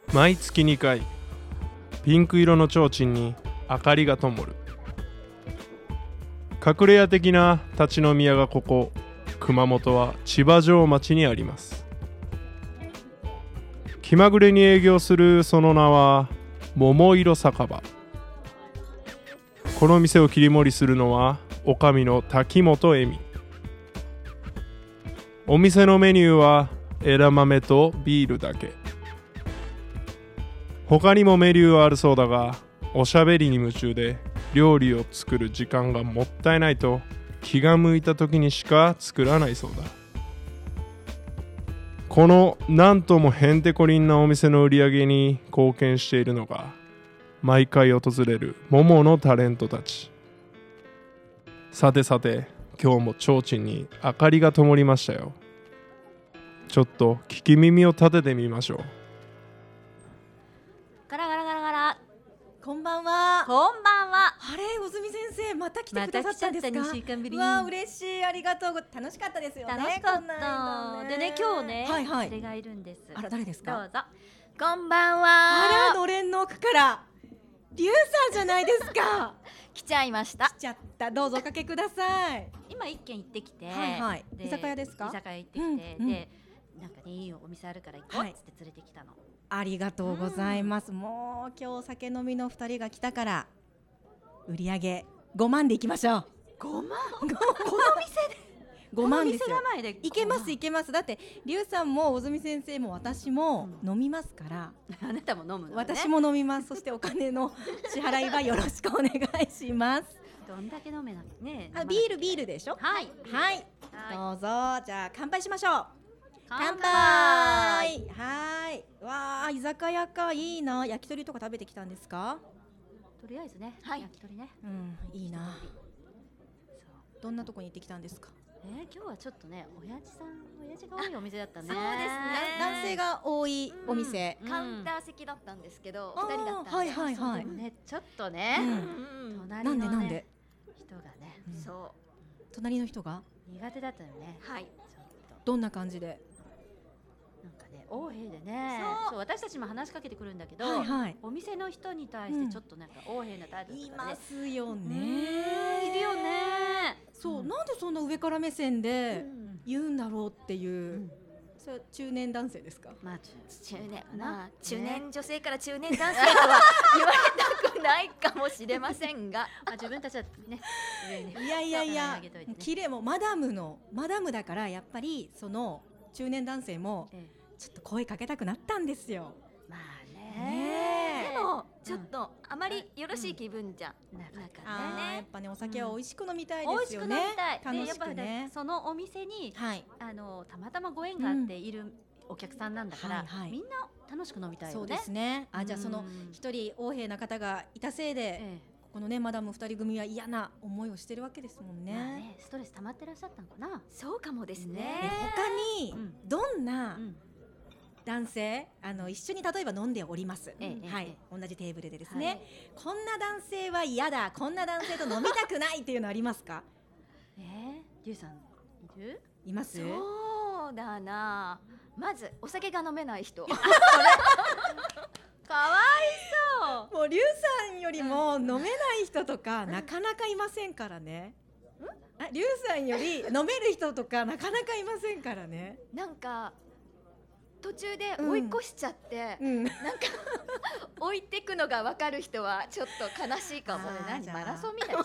毎月2回ピンク色の提灯に明かりが灯る。隠れ家的な立ち飲み屋がここ熊本は千葉城町にあります。気まぐれに営業するその名は桃色酒場。この店を切り盛りするのは女将の滝本恵美。お店のメニューは枝豆とビールだけ。他にもメニューはあるそうだが、おしゃべりに夢中で料理を作る時間がもったいないと気が向いた時にしか作らないそうだ。このなんともへんてこりんなお店の売り上げに貢献しているのが毎回訪れるモモのタレントたち。さてさて、今日も提灯に明かりが灯りましたよ。ちょっと聞き耳を立ててみましょう。 ガラガラガラガラ。 こんばんは。 こんばんは。 あれ、小住先生、また来てくださったんですか。 また来ちゃった、2週間ぶり。 わあ、嬉しい、ありがとう。楽しかったですよね。 楽しかった。でね、今日ね、 はいはい、 誰がいるんです。 あら、誰ですか。 どうぞ。こんばんは。 あら、のれんの奥からリュウさんじゃないですか。 来ちゃいました。 来ちゃった。どうぞおかけください。 今一軒行ってきて、 はいはい、居酒屋ですか。 居酒屋行ってきて、で、なんかね、いいお店あるから行こうっつって連れてきたの。 ありがとうございます。もう今日酒飲みの2人が来たから売り上げ5万でいきましょう。 5万この店で 5万ですよ。 この店名でいけますいけます。だってリュウさんも小住先生も私も飲みますから、 あなたも飲むのね。 私も飲みます。そしてお金の支払いはよろしくお願いします。 どんだけ飲めなね。 ビールでしょ。 はいはい、どうぞ。じゃあ乾杯しましょう。乾杯。はい。わあ、居酒屋か。いいな。焼き鳥とか食べてきたんですか。 とりあえずね、焼き鳥ね。 いいな。どんなとこに行ってきたんですか。 今日はちょっとね、親父が多いお店だったね。 そうですね。 男性が多いお店。 カウンター席だったんですけど、2人だったんで。 はいはいはい。 ね、ちょっとね、 なんで人がね、 そう。 隣の人が苦手だったよね。 はい。 どんな感じで。 なんかね、横柄でね、そう私たちも話しかけてくるんだけど、お店の人に対してちょっとなんか横柄な態度とかね。 いますよね。 いるよね。 そう、なんでそんな上から目線で言うんだろうっていう。それは中年男性ですか。 まあ中年女性から中年男性とは言われたくないかもしれませんが、 自分たちはね。 いや綺麗もマダムだからやっぱりその中年男性もちょっと声かけたくなったんですよ。 まあね。 でもちょっとあまりよろしい気分じゃなかったね。 やっぱね、お酒は美味しく飲みたいですよね。 美味しく飲みたい。 楽しくね。 そのお店にたまたまご縁があっているお客さんなんだから、みんな楽しく飲みたいよね。 そうですね。じゃあその一人横柄な方がいたせいで、このねマダム2人組は嫌な思いをしてるわけですもんね。 ストレス溜まってらっしゃったのかな。 そうかもですね。 他にどんな男性一緒に例えば飲んでおります。はい、同じテーブルでですね。こんな男性は嫌だ、こんな男性と飲みたくないっていうのありますか。 リュウさんいる？ います？ そうだな。まずお酒が飲めない人。 かわいそう。 もうリュウさんよりも飲めない人とかなかなかいませんからね。リュウさんより飲める人とかなかなかいませんからね。 なんか途中で追い越しちゃって、なんか置いてくのが分かる人はちょっと悲しいかも。 何マラソンみたいな。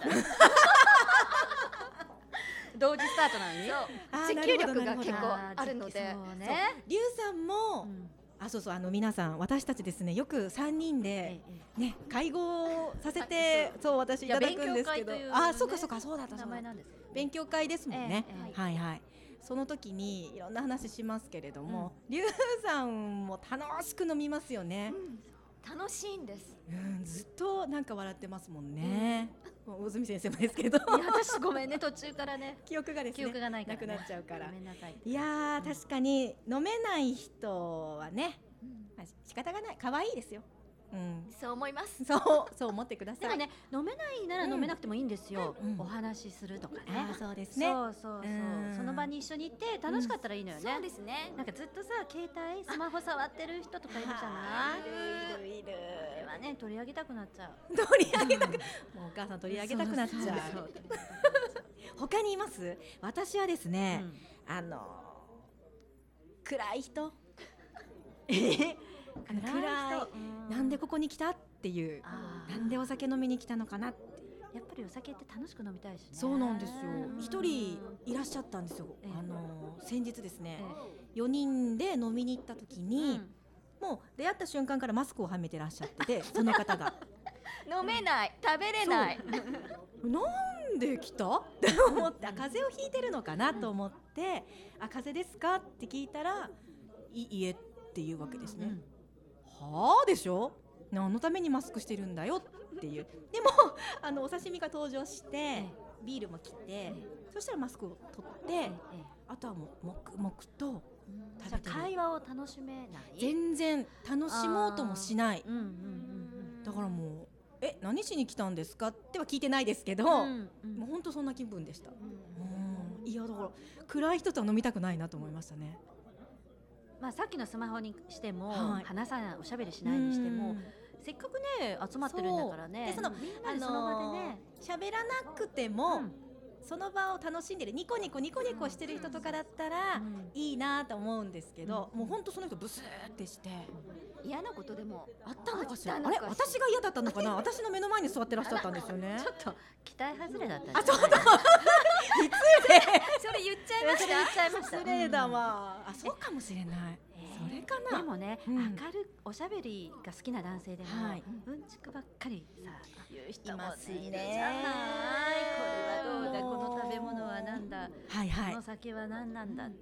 同時スタートなのに持久力が結構あるので、 リュウさんもそう皆さん私たちですね、よく3人でね会合させて私いただくんですけど、そうかそうだった。 名前なんです。 勉強会ですもんね。はいはい。その時にいろんな話しますけれども、リュウさんも楽しく飲みますよね。 楽しいんです。 ずっとなんか笑ってますもんね。大住先生もですけど、 私ごめんね、途中からね記憶がですね、 記憶がないからなくなっちゃうから。 ごめんなさい。 いや確かに飲めない人はね、仕方がない、可愛いですよ。 そう思います。 そう思ってください。 でもね、飲めないなら飲めなくてもいいんですよ。お話しするとかね。 そうですね。 そうその場に一緒に行って楽しかったらいいのよね。 そうですね。 なんかずっとさ、携帯スマホ触ってる人とかいるじゃない。 いる。 あれはね、取り上げたくなっちゃう。 取り上げたく、もうお母さん取り上げたくなっちゃう。他にいます？私はですね、暗い人。暗い人。なんでここに来たっていう、なんでお酒飲みに来たのかなって。 やっぱりお酒って楽しく飲みたいしね。 そうなんですよ。一人いらっしゃったんですよ。先日ですね、4人で飲みに行った時に、もう出会った瞬間からマスクをはめてらっしゃってて、その方が飲めない、食べれない。 なんで来たって思って、風邪をひいてるのかなと思って、風邪ですかって聞いたら、いえっていうわけですね。はあでしょ、何のためにマスクしてるんだよっていう。でもお刺身が登場してビールも来て、そしたらマスクを取って、あとはもう黙々と食べてる。会話を楽しめない、 全然楽しもうともしない。だからもう何しに来たんですかっては聞いてないですけど、もう本当そんな気分でした。いやだから暗い人とは飲みたくないなと思いましたね。 まあ、さっきのスマホにしても、話さない、おしゃべりしないにしても、せっかくね集まってるんだからね。でその場でね喋らなくても、その場を楽しんでる、ニコニコしてる人とかだったらいいなと思うんですけど、もう本当その人ブスーってして嫌なことでもあったのかしら。あれ、私が嫌だったのかな。私の目の前に座ってらっしゃったんですよね。 ちょっと期待外れだったんじゃない。ちょっとそれ言っちゃいました。 失礼だわ。そうかもしれない。それかな。 でもね、明るおしゃべりが好きな男性でもうんちくばっかりさ言う人もいますね。これはどうだ、この食べ物はなんだ、この酒は何なんだっつって、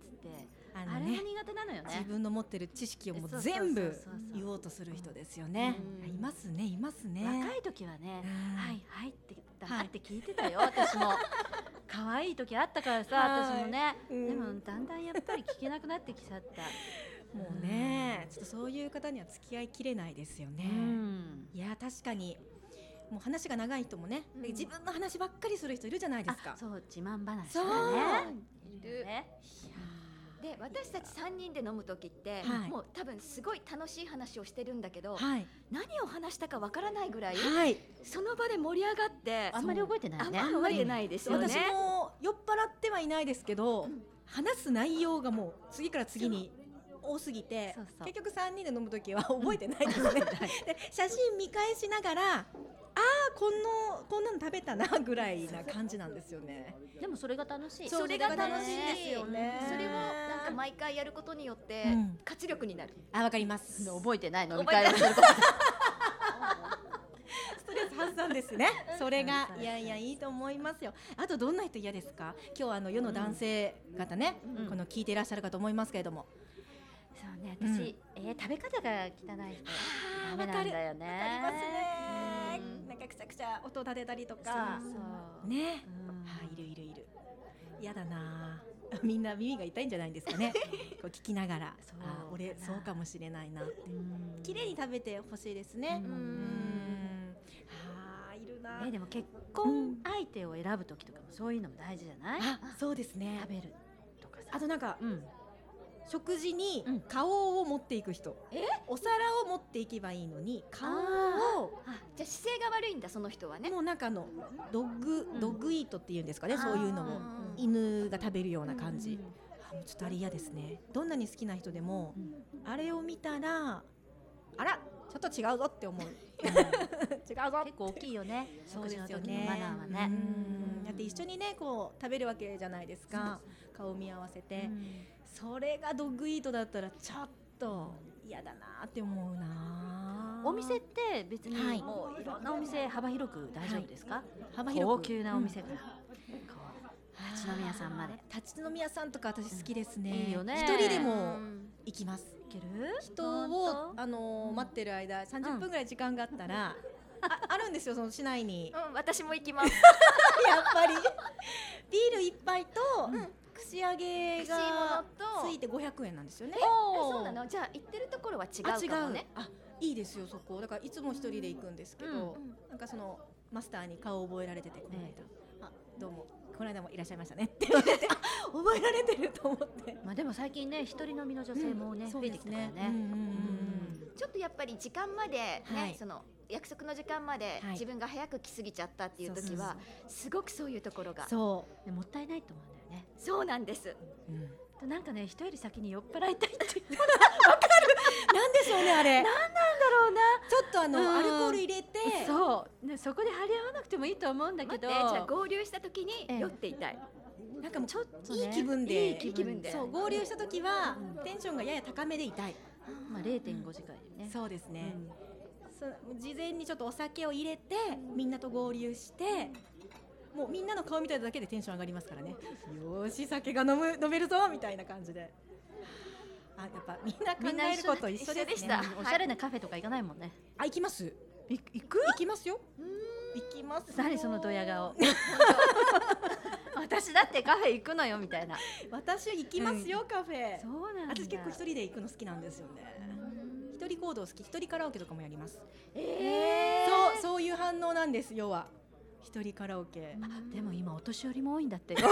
あれが苦手なのよね。 自分の持ってる知識をもう全部言おうとする人ですよね。いますね。 若い時はね、はいって黙って聞いてたよ。私も可愛い時あったからさ、私もね。でもだんだんやっぱり聞けなくなってきちゃった。 もうね、ちょっとそういう方には付き合いきれないですよね。いや確かにもう話が長い人もね、自分の話ばっかりする人いるじゃないですか。 そう自慢話がね。 いる。で私たち3人で飲む時って、もう多分すごい楽しい話をしてるんだけど、何を話したかわからないぐらい、その場で盛り上がってあんまり覚えてないね。 あんまり覚えてないですよね。 私も酔っ払ってはいないですけど、話す内容がもう次から次に多すぎて、結局3人で飲むときは覚えてないですね。で写真見返しながら、こんなの食べたなぐらいな感じなんですよね。 でもそれが楽しい。 それが楽しいですよね。 それをなんか毎回やることによって活力になる。 わかります。 覚えてないの見返すること。 ストレス発散ですね。それがいいと思いますよ。あとどんな人嫌ですか？今日世の男性方ね、この聞いていらっしゃるかと思いますけれども。 そうね、私食べ方が汚い人ダメなんだよね。 わかりますね。なんかくちゃくちゃ音立てたりとかね。いる嫌だな。みんな耳が痛いんじゃないんですかね。こう聞きながら、俺そうかもしれないなって。綺麗に食べてほしいですね。いるな。 でも結婚相手を選ぶ時とかもそういうのも大事じゃない？ そうですね。 食べるとかさ。 あとなんか食事に顔を持っていく人、お皿を持っていけばいいのに顔を、 じゃあ姿勢が悪いんだその人はね。 もうなんかドッグイートっていうんですかね、そういうのも犬が食べるような感じ。もうちょっとあれ嫌ですね。どんなに好きな人でも、あれを見たらあらちょっと違うぞって思う。違うぞ。 結構大きいよね。 そうですよね。 食事の時のマナーはね。 だって一緒にねこう食べるわけじゃないですか。顔見合わせて。それがドッグイートだったらちょっと嫌だなって思うな。 お店って別にもういろんなお店幅広く大丈夫ですか？幅広く高級なお店から立ち飲み屋さんまで。 立ち飲み屋さんとか私好きですね。 いいよね。 一人でも行きます。 行ける？ 人を待ってる間30分ぐらい時間があったらあるんですよ、その市内に。 私も行きます。 やっぱりビール一杯と串揚げがついて500円なんですよね。 そうなの。じゃあ行ってるところは違うかもね。 いいですよそこ。だからいつも一人で行くんですけど、なんかそのマスターに顔を覚えられてて、この間どうもこの間もいらっしゃいましたねって言われて覚えられてると思って。 まあでも最近ね一人飲みの女性もね増えてきたからね。 ちょっとやっぱり時間までね、その約束の時間まで自分が早く来すぎちゃったっていう時はすごくそういうところがもったいないと思うんだよね。 そうなんです。 なんかね人より先に酔っ払いたいってわかる。なんでしょうねあれ。 なんなんだろうな。 ちょっとアルコール入れて、 そうね、そこで張り合わなくてもいいと思うんだけど、 じゃあ合流した時に酔っていたい。 なんかもうちょっといい気分で、そう合流した時はテンションがやや高めでいたい。 まあ 0.5 時間よね。 そうですね。事前にちょっとお酒を入れてみんなと合流して。もうみんなの顔見ただけでテンション上がりますからね。よし酒が飲めるぞみたいな感じで。やっぱみんな考えること一緒でした。 おしゃれなカフェとか行かないもんね。 行きます。行きますよ。行きます。 何そのドヤ顔。私だってカフェ行くのよみたいな。 私行きますよカフェ。 そうなんだ。 私結構一人で行くの好きなんですよね。一人行動好き。一人カラオケとかもやります。そういう反応なんです要は。一人カラオケ。 でも今お年寄りも多いんだってよ。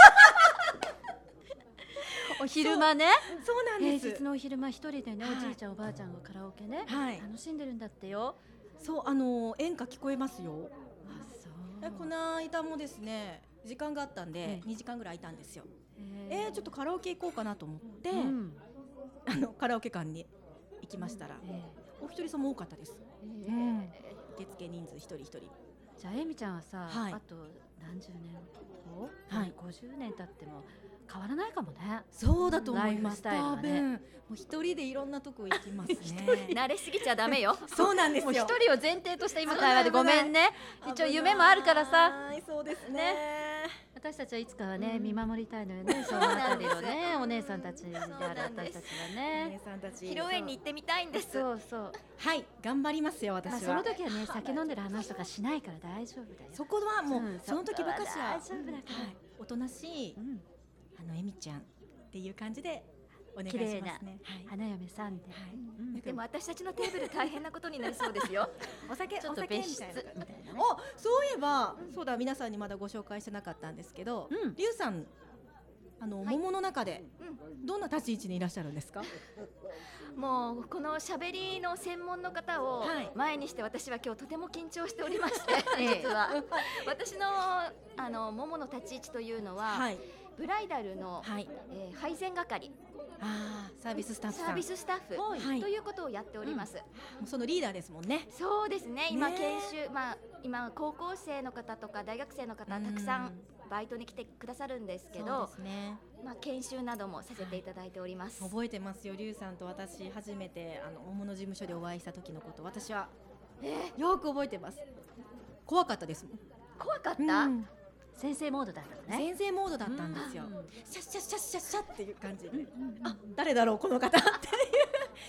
お昼間ね。 そうなんです。 平日のお昼間一人でね、おじいちゃんおばあちゃんがカラオケね、楽しんでるんだってよ。 そう演歌聞こえますよ。この間もですね時間があったんで2時間ぐらいいたんですよ。ちょっとカラオケ行こうかなと思ってカラオケ館に行きましたらお一人様多かったです。受付人数一人一人。 じゃあえみちゃんはさ、あと何十年後、50年経っても変わらないかもね。 そうだと思います。多分もう一人でいろんなとこ行きますね。 慣れすぎちゃダメよ。 そうなんですよ。 一人を前提とした今会話でごめんね。一応夢もあるからさ。 そうですね。 私たちはいつかはね見守りたいのよね。そのあたりをねお姉さんたちである私たちはね。 お姉さんたち。 披露宴に行ってみたいんです。 そうそう。 はい頑張りますよ私は。 その時はね酒飲んでる話とかしないから大丈夫だよ。 そこはもうその時ばかしは大丈夫だから。 おとなしいえみちゃんっていう感じでお願いしますね。 花嫁さんで。 でも私たちのテーブル大変なことになりそうですよ。 お酒みたいな。そういえばそうだ皆さんにまだご紹介してなかったんですけど、リュウさん桃の中でどんな立ち位置にいらっしゃるんですか？ もうこの喋りの専門の方を前にして私は今日とても緊張しておりまして実は私の桃の立ち位置というのはブライダルの配膳係、 サービススタッフということをやっております。 そのリーダーですもんね。 そうですね。今研修今高校生の方とか大学生の方たくさんバイトに来てくださるんですけど、研修などもさせていただいております。 覚えてますよ。リュウさんと私初めて桃の事務所でお会いした時のこと、私はよく覚えてます。怖かったですもん。 怖かった？ 先生モードだったのね。 先生モードだったんですよ。シャッシャッシャッシャッシャッっていう感じで、誰だろうこの方っていう。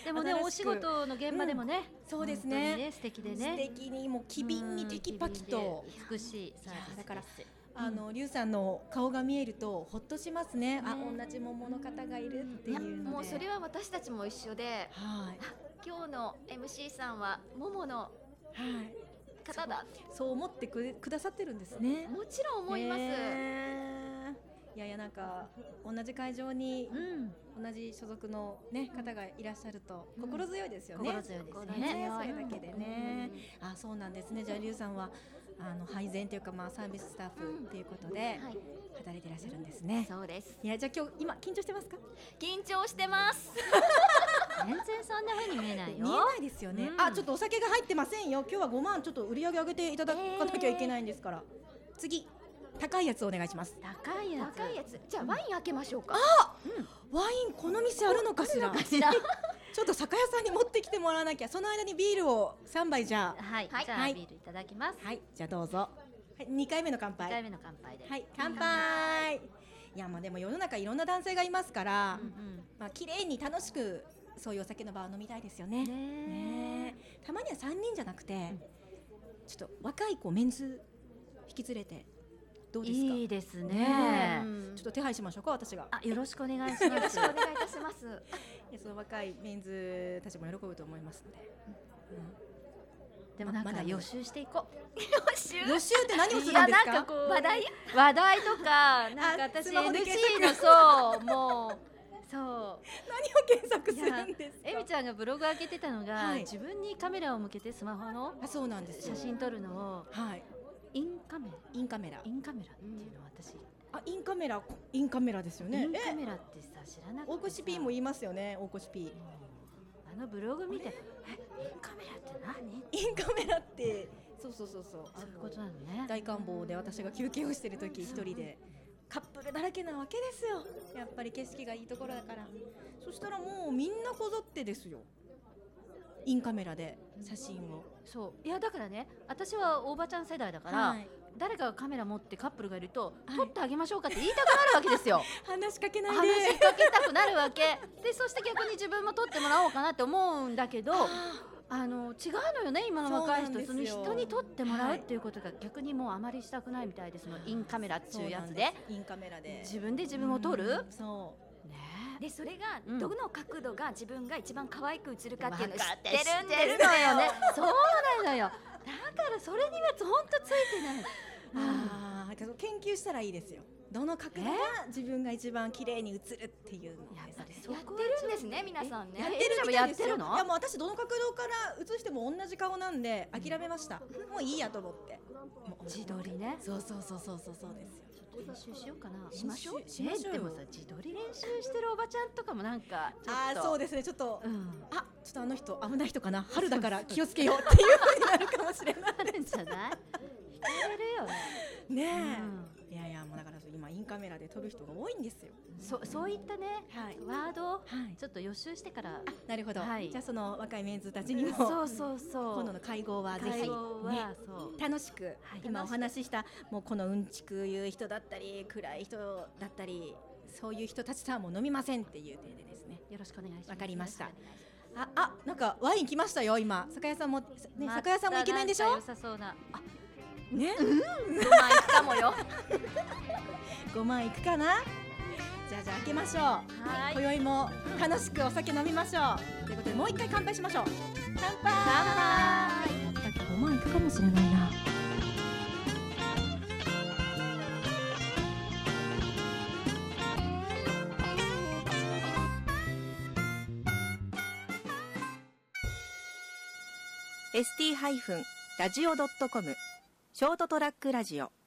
でもねお仕事の現場でもね、 そうですね。 素敵でね。 素敵にもう機敏にテキパキと美しいサービス。 だからリュウさんの顔が見えるとほっとしますね。同じ桃の方がいるっていうので。 もうそれは私たちも一緒で、今日の MC さんは桃の方だ。 そう思ってくださってるんですね。 もちろん思います。 いやなんか同じ会場に同じ所属の方がいらっしゃると心強いですよね。 心強いですね。 それだけでね。そうなんですね。じゃあリュウさんは配膳というかサービススタッフということで働いていらっしゃるんですね。 そうです。 いやじゃあ今緊張してますか？ 緊張してます。 全然そんな風に見えないよ。 見えないですよね。ちょっとお酒が入ってませんよ。今日は5万ちょっと売り上げ上げていただかなきゃいけないんですから。次高いやつお願いします。 高いやつ。じゃあワイン開けましょうか。 ワインこの店あるのかしら。ちょっと酒屋さんに持ってきてもらわなきゃ。その間にビールを3杯じゃあ。 はい。じゃあビールいただきます。 はい。じゃあどうぞ。2回目の乾杯。 2回目の乾杯で。 はい。乾杯。いやでも世の中いろんな男性がいますから、綺麗に楽しくそういうお酒の場を飲みたいですよね。たまには3人じゃなくて、ちょっと若いメンズ引き連れてどうですか？ いいですね。 ちょっと手配しましょうか、私が。 よろしくお願いします。よろしくお願いいたします。 その若いメンズたちも喜ぶと思いますので。 でもなんか予習していこう。 予習って何をするんですか？ なんかこう話題とか、なんか私 NG のそうもうそう何を検索するんですか？ エミちゃんがブログ上げてたのが、自分にカメラを向けてスマホのそうなんです写真撮るのを、インカメラっていうのは私インカメラですよね。 インカメラってさ知らなくて、 大越 P も言いますよね。大越 P あのブログ見て、インカメラって何？ インカメラってそういうことなのね。 大観望で私が休憩をしてる時一人でカップルだらけなわけですよ。やっぱり景色がいいところだから。そしたらもうみんなこぞってですよ、インカメラで写真を。 いやだからね、私はおばちゃん世代だから、誰かがカメラ持ってカップルがいると、撮ってあげましょうかって言いたくなるわけですよ。 話しかけないで。 話しかけたくなるわけで、そして逆に自分も撮ってもらおうかなって思うんだけど、違うのよね、今の若い人。その人に撮ってもらうっていうことが逆にもうあまりしたくないみたいで、そのインカメラっていうやつでインカメラで自分で自分を撮る。 でそれがどの角度が自分が一番可愛く映るかっていうのを知ってるんですのよね。そうなのよ。だからそれには本当ついてない。 研究したらいいですよ。どの角度が自分が一番綺麗に映るっていうのをやってるんですね、皆さんね。 やってるの？いやもう私どの角度から映しても同じ顔なんで諦めました。もういいやと思って。 自撮りね。 そうですよ。 練習しようかな。 しましょう。 でもさ、自撮り練習してるおばちゃんとかもなんかそうですね。ちょっとあの人危ない人かな、春だから気をつけようっていう風になるかもしれない。 あるんじゃない？惹かれるよね。 ねえ。いやもうだから今インカメラで撮る人が多いんですよ。 そういったね、ワードちょっと予習してから。 なるほど。じゃあその若いメンズたちにも今度の会合はぜひ楽しく今お話ししたもうこのうんちく言う人だったり暗い人だったりそういう人たちとはもう飲みませんっていう体でですね。 よろしくお願いします。 わかりました。なんかワイン来ましたよ今。酒屋さんも酒屋さんもイケメンでしょ。 良さそうな。 ね。 5万いくかもよ。 5万いくかな。じゃあ開けましょう。今宵も楽しくお酒飲みましょう。ということでもう一回乾杯しましょう。乾杯。5万いくかもしれないな。ST-radio.com ショートトラックラジオ